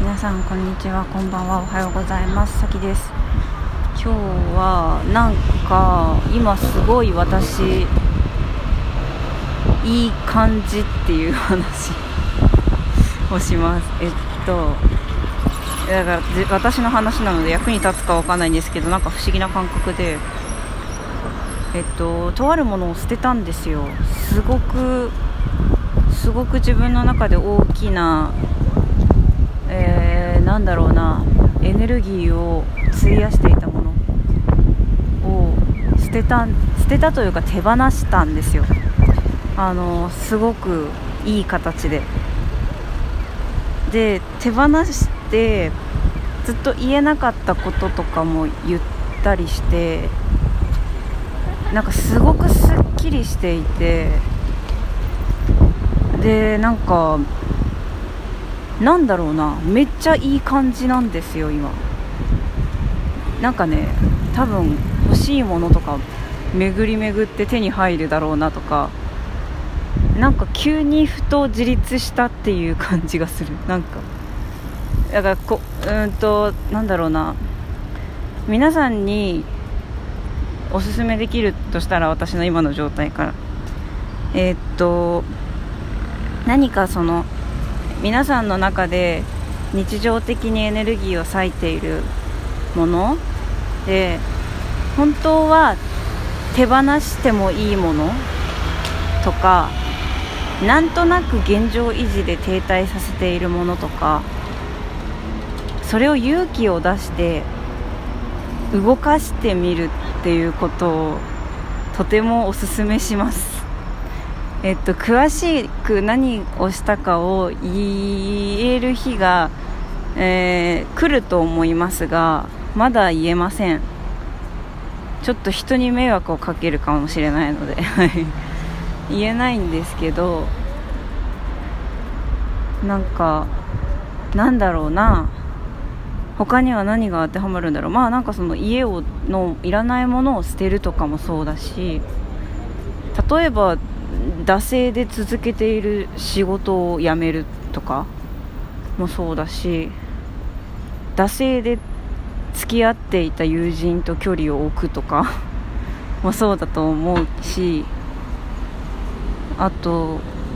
皆さんこんにちは、こんばんは、おはようございます。さきです。今日はなんか今すごい私いい感じっていう話をします。だから私の話なので役に立つかわかんないんですけど、なんか不思議な感覚でとあるものを捨てたんですよ。すごく自分の中で大きなエネルギーを費やしていたものを捨てたというか手放したんですよ。すごくいい形で手放してずっと言えなかったこととかも言ったりして、なんかすごくすっきりしていて、でめっちゃいい感じなんですよ今。なんかね、多分欲しいものとか巡り巡って手に入るだろうなとか、なんか急にふと自立したっていう感じがする。なんかだから皆さんにおすすめできるとしたら、私の今の状態から何か皆さんの中で日常的にエネルギーを割いているもので、本当は手放してもいいものとか、なんとなく現状維持で停滞させているものとか、それを勇気を出して動かしてみるっていうことをとてもおすすめします。詳しく何をしたかを言える日が、来ると思いますが、まだ言えません。ちょっと人に迷惑をかけるかもしれないので言えないんですけど、他には何が当てはまるんだろう。家のいらないものを捨てるとかもそうだし、例えば惰性で続けている仕事を辞めるとかもそうだし、惰性で付き合っていた友人と距離を置くとかもそうだと思うし、あと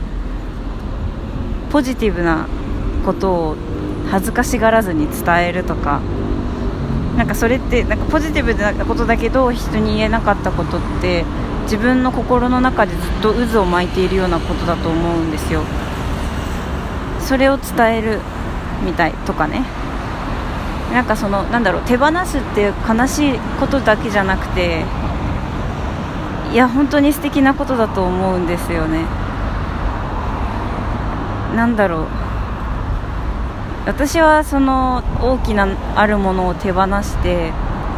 ポジティブなことを恥ずかしがらずに伝えるとか、それってポジティブなことだけど人に言えなかったことって、自分の心の中でずっと渦を巻いているようなことだと思うんですよ。それを伝えるみたいとかね。手放すっていう悲しいことだけじゃなくて、本当に素敵なことだと思うんですよね。私はその大きなあるものを手放して、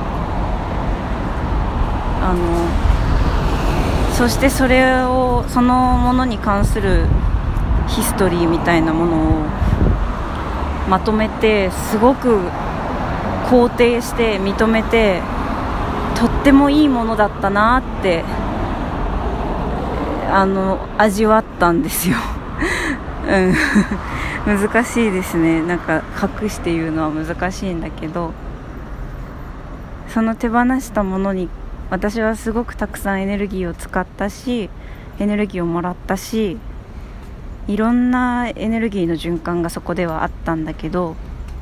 そしてそのものに関するヒストリーみたいなものをまとめて、すごく肯定して認めて、とってもいいものだったなって味わったんですよ難しいですね。隠して言うのは難しいんだけど、その手放したものに私はすごくたくさんエネルギーを使ったし、エネルギーをもらったし、いろんなエネルギーの循環がそこではあったんだけど、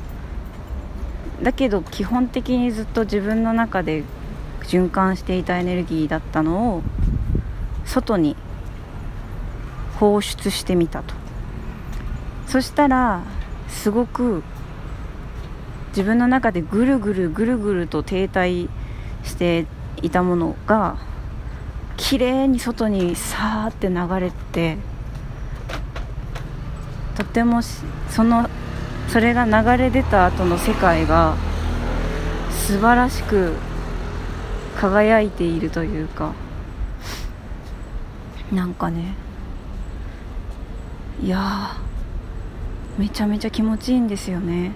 基本的にずっと自分の中で循環していたエネルギーだったのを外に放出してみたと。そしたらすごく自分の中でぐるぐると停滞していたものがきれいに外にさーって流れて、とてもそれが流れ出た後の世界が素晴らしく輝いているというか、めちゃめちゃ気持ちいいんですよね。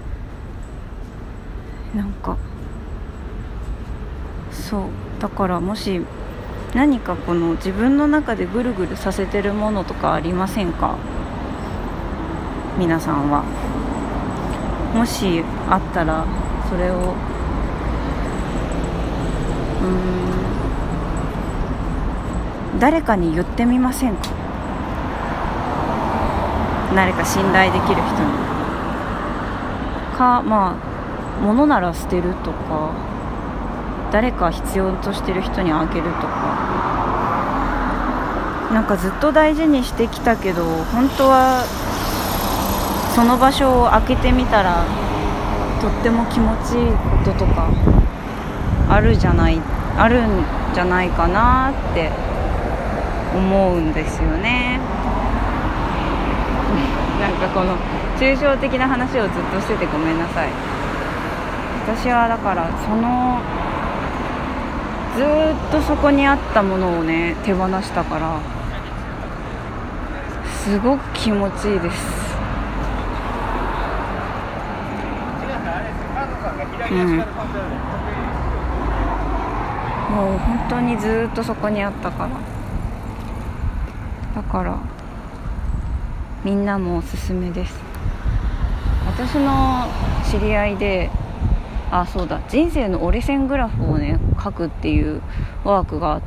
そうだから、もし何かこの自分の中でぐるぐるさせてるものとかありませんか？皆さんはもしあったらそれを誰かに言ってみませんか？誰か信頼できる人にか、物なら捨てるとか、誰か必要としてる人にあげるとか、なんかずっと大事にしてきたけど、本当はその場所を開けてみたらとっても気持ちいいこととかあるんじゃないかなって思うんですよね。なんかこの抽象的な話をずっとしててごめんなさい。私はだからずっとそこにあったものをね手放したから、すごく気持ちいいです。もう本当にずっとそこにあったから、だからみんなもおすすめです。私の知り合いでそうだ、人生の折れ線グラフをね書くっていうワークがあって、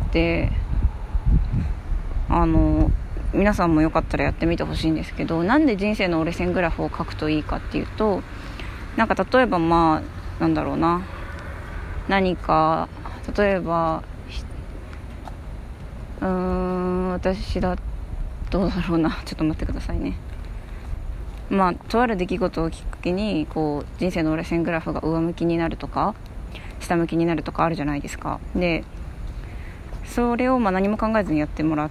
皆さんもよかったらやってみてほしいんですけど、なんで人生の折れ線グラフを書くといいかっていうと、なんか例えばなんだろうな、何か例えば私だどうだろうな、ちょっと待ってくださいね。とある出来事をきっかけにこう人生の折れ線グラフが上向きになるとか下向きになるとかあるじゃないですか。でそれを何も考えずにやってもらって、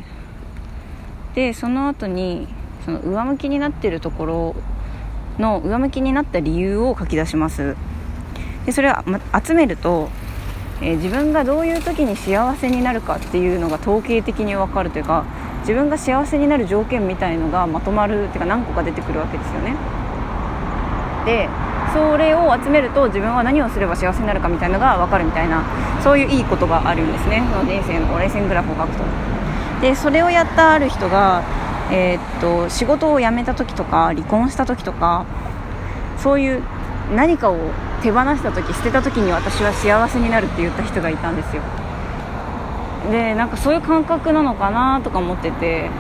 でその後にその上向きになってるところの上向きになった理由を書き出します。でそれを集めると、自分がどういう時に幸せになるかっていうのが統計的に分かるというか、自分が幸せになる条件みたいのがまとまるっていうか、何個か出てくるわけですよね。でそれを集めると自分は何をすれば幸せになるかみたいなのが分かるみたいな、そういういいことがあるんですね、その人生の折れ線グラフを書くと。でそれをやったある人が、仕事を辞めた時とか離婚した時とか、そういう何かを手放した時、捨てた時に私は幸せになるって言った人がいたんですよ。でなんかそういう感覚なのかなとか思ってて、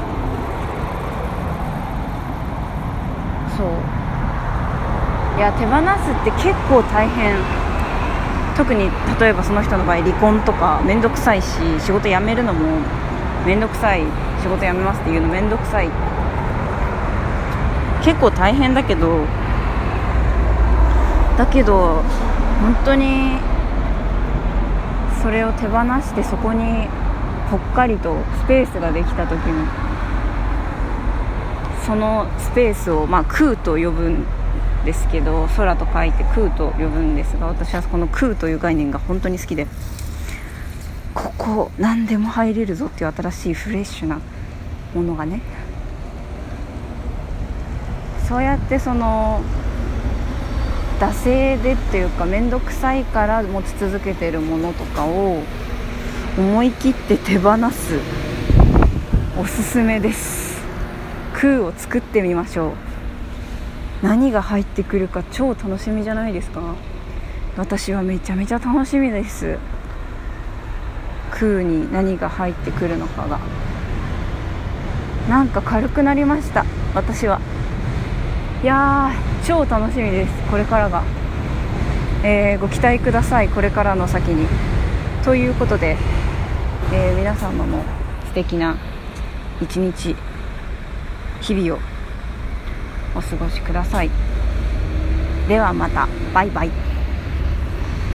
いや手放すって結構大変。特に例えばその人の場合離婚とかめんどくさいし、仕事辞めるのもめんどくさい、仕事辞めますっていうのめんどくさい、結構大変だけど本当にそれを手放して、そこにぽっかりとスペースができた時に、そのスペースを空と呼ぶんですけど、空と書いて空と呼ぶんですが、私はこの空という概念が本当に好きで、ここ何でも入れるぞっていう新しいフレッシュなものがね、そうやってその惰性でっていうか、めんどくさいから持ち続けているものとかを思い切って手放す、おすすめです。空を作ってみましょう。何が入ってくるか超楽しみじゃないですか。私はめちゃめちゃ楽しみです。空に何が入ってくるのかが。なんか軽くなりました、私は。いやー超楽しみです、これからが。ご期待ください、これからの先に。ということで、皆様も素敵な一日、日々をお過ごしください。ではまた、バイバイ。